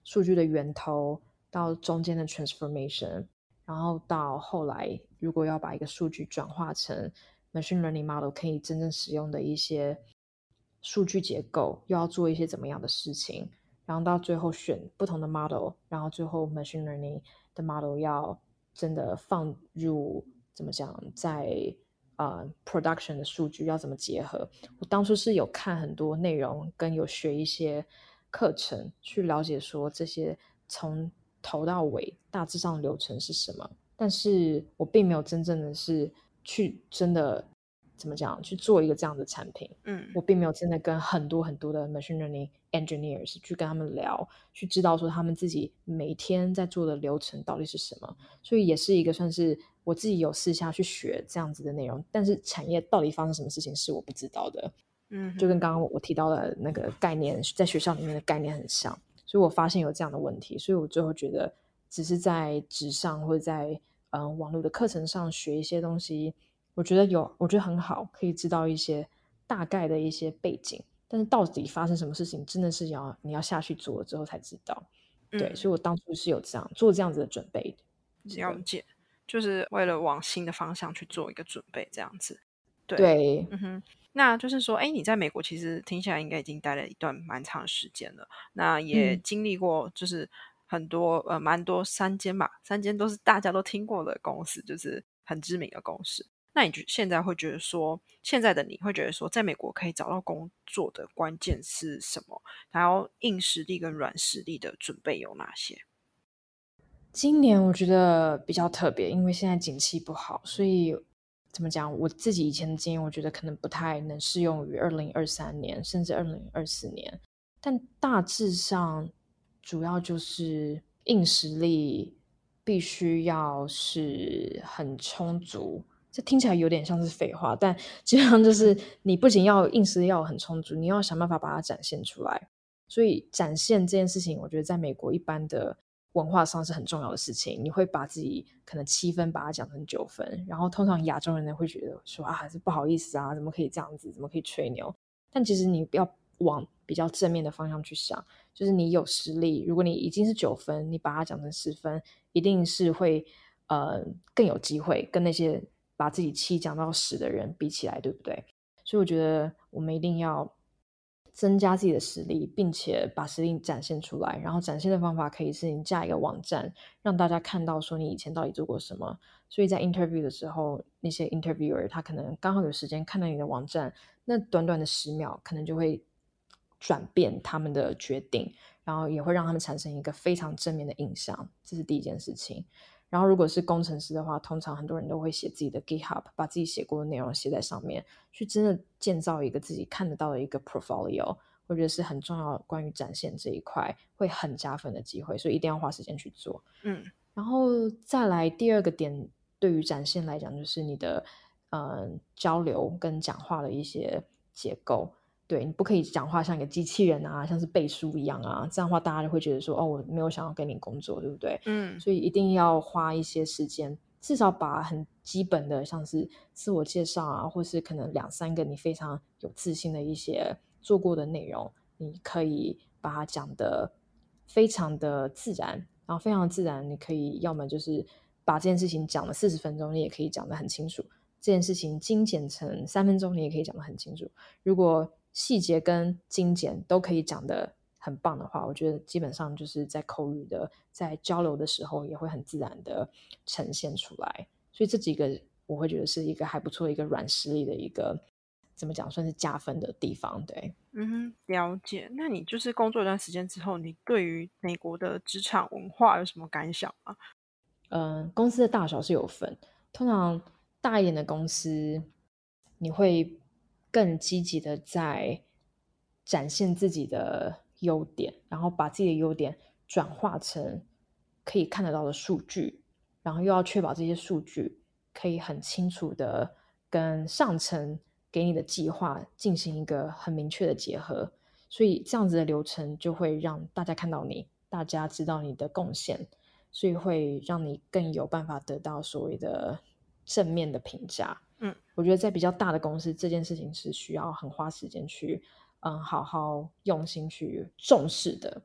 数据的源头到中间的 transformation， 然后到后来如果要把一个数据转化成 machine learning model 可以真正使用的一些数据结构，又要做一些怎么样的事情，然后到最后选不同的 model， 然后最后 machine learning 的 model 要真的放入怎么讲在呃 production 的数据要怎么结合。我当初是有看很多内容跟有学一些课程去了解说这些从头到尾大致上的流程是什么，但是我并没有真正的是去真的怎么讲去做一个这样的产品。 嗯， 我并没有真的跟很多很多的 machine learning engineers 去跟他们聊，去知道说他们自己每天在做的流程到底是什么，所以也是一个算是我自己有私下去学这样子的内容，但是产业到底发生什么事情是我不知道的。 嗯哼， 就跟刚刚我提到的那个概念在学校里面的概念很像，所以我发现有这样的问题，所以我最后觉得只是在纸上或者在、呃、网络的课程上学一些东西，我觉得有我觉得很好，可以知道一些大概的一些背景，但是到底发生什么事情真的是要你要下去做了之后才知道。对， 嗯， 所以我当初是有这样做这样子的准备。 了解，就是为了往新的方向去做一个准备这样子。对， 对， 嗯哼，那就是说，哎，你在美国其实听起来应该已经待了一段蛮长的时间了，那也嗯经历过就是很多呃蛮多三间吧，三间都是大家都听过的公司，就是很知名的公司。那你现在会觉得说，现在的你会觉得说，在美国可以找到工作的关键是什么？然后硬实力跟软实力的准备有哪些？ 今年我觉得比较特别，因为现在景气不好，所以怎么讲？我自己以前的经验，我觉得可能不太能适用于二零二三年，甚至二零二四年。但大致上，主要就是硬实力必须要是很充足。这听起来有点像是废话，但基本上就是你不仅要硬实力要很充足，你要想办法把它展现出来。所以展现这件事情，我觉得在美国一般的文化上是很重要的事情。你会把自己可能七分把它讲成九分，然后通常亚洲人呢会觉得说啊，是不好意思啊，怎么可以这样子，怎么可以吹牛？但其实你不要往比较正面的方向去想，就是你有实力，如果你已经是九分，你把它讲成十分，一定是会呃更有机会跟那些把自己七讲到十的人比起来，对不对？所以我觉得我们一定要增加自己的实力，并且把实力展现出来。然后展现的方法可以是你架一个网站，让大家看到说你以前到底做过什么。所以在 interview 的时候，那些 interviewer 他可能刚好有时间看到你的网站，那短短的十秒可能就会转变他们的决定，然后也会让他们产生一个非常正面的印象。这是第一件事情。然后如果是工程师的话，通常很多人都会写自己的 GitHub， 把自己写过的内容写在上面，去真的建造一个自己看得到的一个 portfolio， 我觉得是很重要的，关于展现这一块会很加分的机会，所以一定要花时间去做。 嗯， 然后再来第二个点，对于展现来讲，就是你的呃交流跟讲话的一些结构。对，你不可以讲话像一个机器人啊，像是背书一样啊，这样的话大家就会觉得说，哦，我没有想要跟你工作，对不对？ 嗯， 所以一定要花一些时间，至少把很基本的像是自我介绍啊，或是可能两三个你非常有自信的一些做过的内容，你可以把它讲得非常的自然，然后非常自然，你可以要么就是把这件事情讲了四十分钟，你也可以讲得很清楚。这件事情精简成三分钟，你也可以讲得很清楚。如果细节跟精简都可以讲得很棒的话，我觉得基本上就是在口语的在交流的时候也会很自然的呈现出来。所以这几个我会觉得是一个还不错的一个软实力的一个怎么讲算是加分的地方。对， 嗯哼，了解。那你就是工作一段时间之后，你对于美国的职场文化有什么感想吗？ 嗯、呃，公司的大小是有分，通常大一点的公司，你会更积极的在展现自己的优点，然后把自己的优点转化成可以看得到的数据，然后又要确保这些数据可以很清楚的跟上层给你的计划进行一个很明确的结合，所以这样子的流程就会让大家看到你，大家知道你的贡献。所以会让你更有办法得到所谓的正面的评价。 嗯， 我觉得在比较大的公司，这件事情是需要很花时间去，嗯，好好用心去重视的。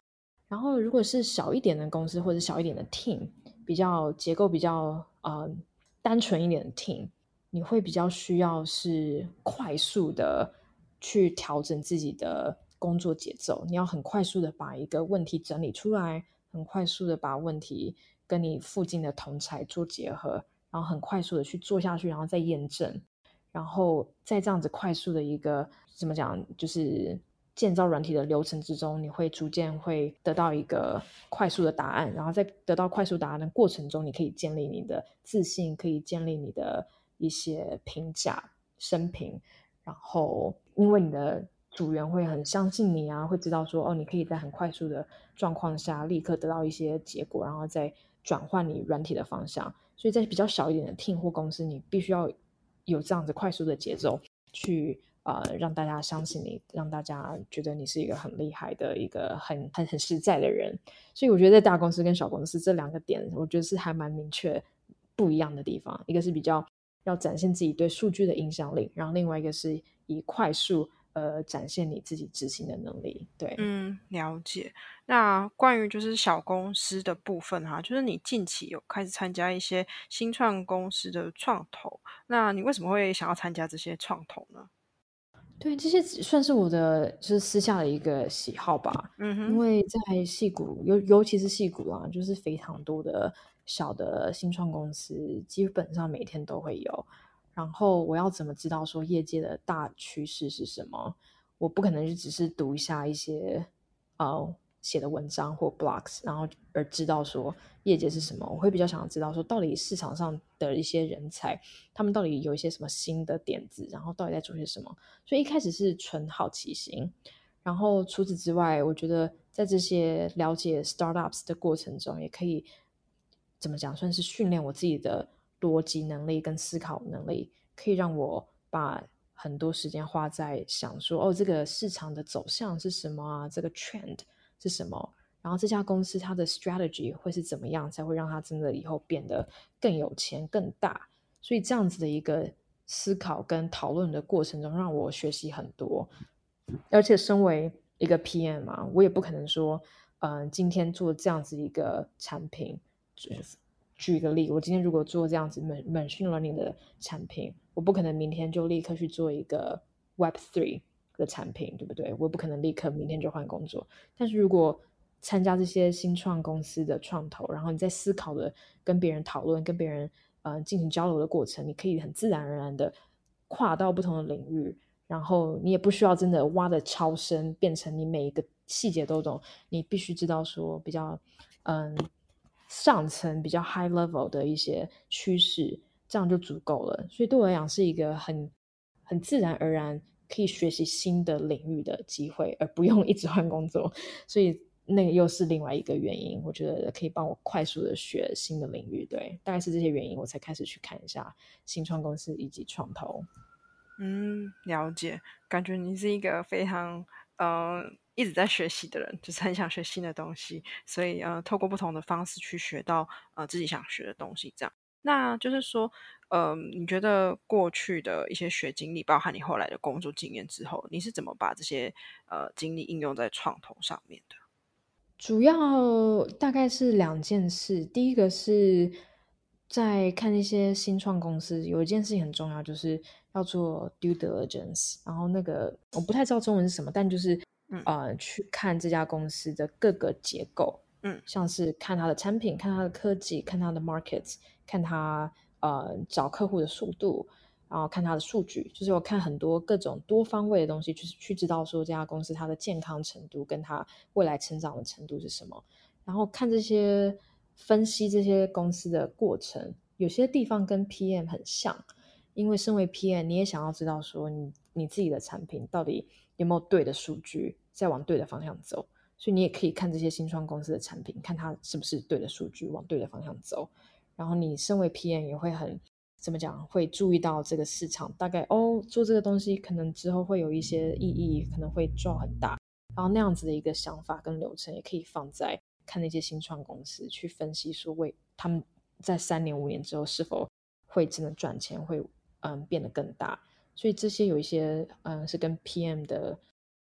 然后如果是小一点的公司或者小一点的 team，比较结构比较呃单纯一点的 team，你会比较需要是快速的去调整自己的工作节奏，你要很快速的把一个问题整理出来，很快速的把问题跟你附近的同侪做结合，然后很快速的去做下去，然后再验证，然后在这样子快速的一个怎么讲，就是建造软体的流程之中，你会逐渐会得到一个快速的答案，然后在得到快速答案的过程中，你可以建立你的自信，可以建立你的一些评价生评，然后因为你的组员会很相信你啊，会知道说哦，你可以在很快速的状况下立刻得到一些结果，然后再转换你软体的方向。所以在比较小一点的 team 或公司，你必须要有这样子快速的节奏去呃让大家相信你，让大家觉得你是一个很厉害的一个很很很实在的人。所以我觉得在大公司跟小公司这两个点，我觉得是还蛮明确不一样的地方。一个是比较要展现自己对数据的影响力，然后另外一个是以快速呃展现你自己执行的能力。对， 嗯，了解。那关于就是小公司的部分哈，就是你近期有开始参加一些新创公司的创投，那你为什么会想要参加这些创投呢？ 对，这些只算是我的就是私下的一个喜好吧。因嗯哼。 为在矽谷，尤尤其是矽谷啊，就是非常多的小的新创公司，基本上每天都会有。然后我要怎么知道说业界的大趋势是什么？我不可能就只是读一下一些呃写的文章或 blogs，然后而知道说业界是什么。我会比较想要知道说，到底市场上的一些人才，他们到底有一些什么新的点子，然后到底在做些什么。所以一开始是纯好奇心，然后除此之外，我觉得在这些了解 startups 的过程中，也可以怎么讲，算是训练我自己的逻辑能力跟思考能力，可以让我把很多时间花在想说，哦，这个市场的走向是什么啊？这个 trend 是什么？然后这家公司它的 strategy 会是怎么样，才会让它真的以后变得更有钱、更大？所以这样子的一个思考跟讨论的过程中，让我学习很多。而且身为一个 P M 嘛，我也不可能说，嗯、呃，今天做这样子一个产品，就是举一个例，我今天如果做这样子 machine learning 的产品，我不可能明天就立刻去做一个 Web 三 的产品，对不对？我不可能立刻明天就换工作。但是如果参加这些新创公司的创投，然后你在思考的跟别人讨论、跟别人呃进行交流的过程，你可以很自然而然的跨到不同的领域，然后你也不需要真的挖的超深，变成你每一个细节都懂，你必须知道说比较嗯上层比较 high level 的一些趋势，这样就足够了。所以对我来讲是一个很很自然而然可以学习新的领域的机会，而不用一直换工作。所以那个又是另外一个原因，我觉得可以帮我快速的学新的领域。对，大概是这些原因，我才开始去看一下新创公司以及创投。 嗯，了解。感觉你是一个非常呃一直在学习的人，就是很想学新的东西，所以呃透过不同的方式去学到呃自己想学的东西。这样，那就是说，呃，你觉得过去的一些学经历，包含你后来的工作经验之后，你是怎么把这些呃经历应用在创投上面的？ 主要大概是两件事，第一个是在看一些新创公司，有一件事情很重要，就是要做 due diligence。然后那个我不太知道中文是什么，但就是嗯呃去看这家公司的各个结构， 嗯像是看它的产品、看它的科技、看它的 markets、看它呃找客户的速度，然后看它的数据，就是我看很多各种多方位的东西，去去知道说这家公司它的健康程度跟它未来成长的程度是什么。然后看这些分析这些公司的过程，有些地方跟 P M 很像，因为身为 P M， 你也想要知道说你你自己的产品到底有没有对的数据，在往对的方向走。所以你也可以看这些新创公司的产品，看它是不是对的数据往对的方向走。然后你身为 P M 也会很怎么讲，会注意到这个市场大概哦，做这个东西可能之后会有一些意义，可能会赚很大。然后那样子的一个想法跟流程，也可以放在看那些新创公司去分析，说为他们在三年五年之后是否会真的赚钱，会嗯变得更大。所以这些有一些嗯是跟 P M 的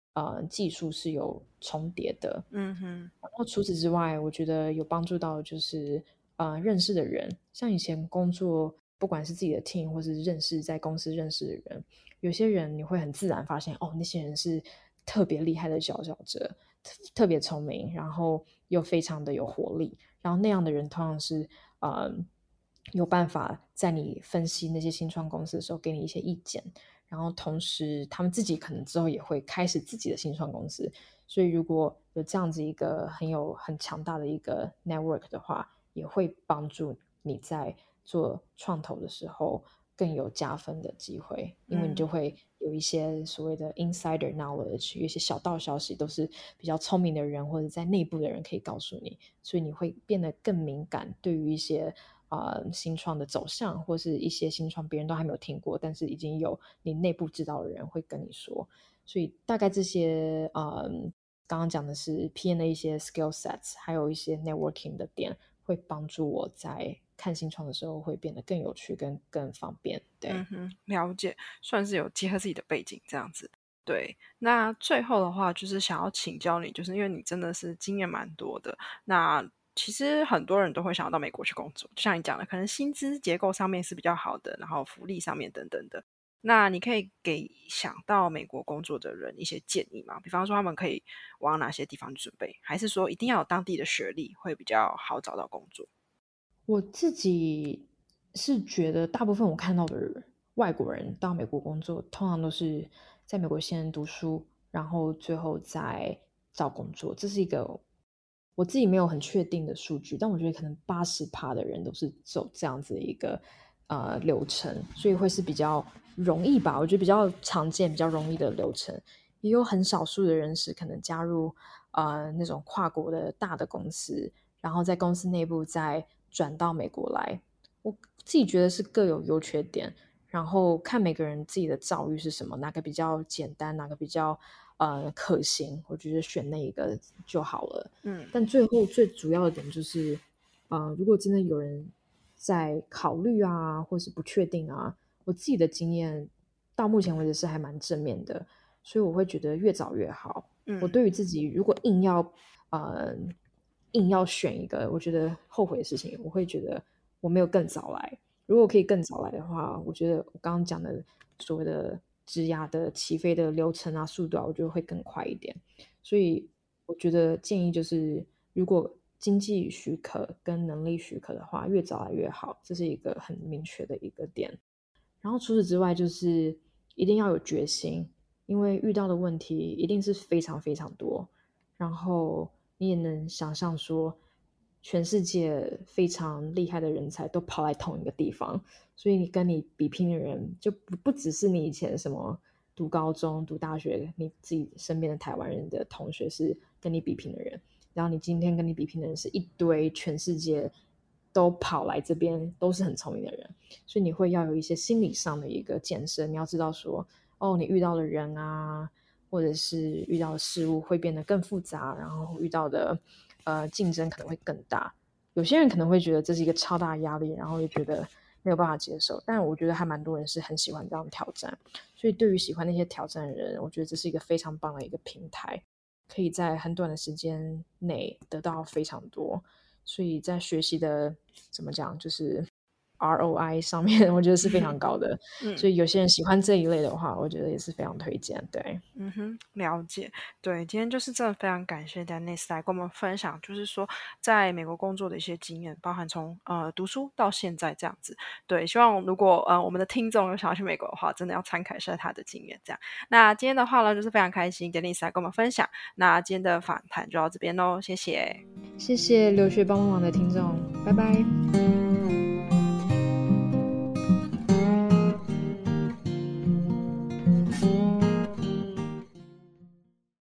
呃技术是有重叠的。 嗯哼， 然后除此之外，我觉得有帮助到的就是呃认识的人，像以前工作，不管是自己的 team 或是认识在公司认识的人，有些人你会很自然发现，哦，那些人是特别厉害的佼佼者，特别聪明，然后又非常的有活力，然后那样的人通常是呃有办法在你分析那些新创公司的时候给你一些意见，然后同时他们自己可能之后也会开始自己的新创公司，所以如果有这样子一个很有很强大的一个 network 的话，也会帮助你在做创投的时候更有加分的机会，因为你就会有一些所谓的 insider knowledge， 有一些小道消息都是比较聪明的人或者在内部的人可以告诉你，所以你会变得更敏感对于一些呃新创的走向，或是一些新创别人都还没有听过，但是已经有你内部知道的人会跟你说，所以大概这些呃刚刚讲的是 P N 的一些 skill sets， 还有一些 networking 的点，会帮助我在看新创的时候会变得更有趣跟更方便。对， 嗯哼，了解，算是有结合自己的背景这样子。对，那最后的话就是想要请教你，就是因为你真的是经验蛮多的，那其实很多人都会想要到美国去工作，就像你讲的，可能薪资结构上面是比较好的，然后福利上面等等的。那你可以给想到美国工作的人一些建议吗？比方说他们可以往哪些地方去准备，还是说一定要有当地的学历会比较好找到工作？ 我自己是觉得大部分我看到的外国人到美国工作，通常都是在美国先读书，然后最后再找工作。这是一个我自己没有很确定的数据，但我觉得可能八十趴的人都是走这样子的一个呃流程，所以会是比较容易吧？我觉得比较常见、比较容易的流程。也有很少数的人是可能加入呃那种跨国的大的公司，然后在公司内部再转到美国来。我自己觉得是各有优缺点，然后看每个人自己的遭遇是什么，哪个比较简单，哪个比较呃可行，我觉得选那一个就好了。 嗯但最后最主要的点就是，呃，如果真的有人在考虑啊，或是不确定啊，我自己的经验到目前为止是还蛮正面的，所以我会觉得越早越好。我嗯对于自己如果硬要呃硬要选一个我觉得后悔的事情，我会觉得我没有更早来。如果可以更早来的话，我觉得我刚刚讲的所谓的职涯的起飞的流程啊、速度啊，我觉得会更快一点。所以我觉得建议就是，如果经济许可跟能力许可的话，越早来越好，这是一个很明确的一个点。然后除此之外，就是一定要有决心，因为遇到的问题一定是非常非常多。然后你也能想象说，全世界非常厉害的人才都跑来同一个地方，所以你跟你比拼的人就不不只是你以前什么读高中、读大学，你自己身边的台湾人的同学是跟你比拼的人，然后你今天跟你比拼的人是一堆全世界都跑来这边都是很聪明的人，所以你会要有一些心理上的一个建设，你要知道说，哦，你遇到的人啊，或者是遇到的事物会变得更复杂，然后遇到的呃竞争可能会更大。有些人可能会觉得这是一个超大的压力，然后又觉得没有办法接受，但我觉得还蛮多人是很喜欢这样的挑战。所以对于喜欢那些挑战的人，我觉得这是一个非常棒的一个平台，可以在很短的时间内得到非常多。所以在学习的怎么讲，就是 R O I 上面，我觉得是非常高的。所嗯以有些人喜欢这一类的话，我觉得也是非常推荐。对， 嗯哼，了解。对，今天就是真的非常感谢 Dennis 来跟我们分享，就是说在美国工作的一些经验，包含从呃读书到现在这样子。对，希望如果呃我们的听众有想要去美国的话，真的要参考一下他的经验。这样，那今天的话呢，就是非常开心 Dennis 来跟我们分享。那今天的访谈就到这边喽，谢谢。 谢谢留学帮帮忙的听众，拜拜。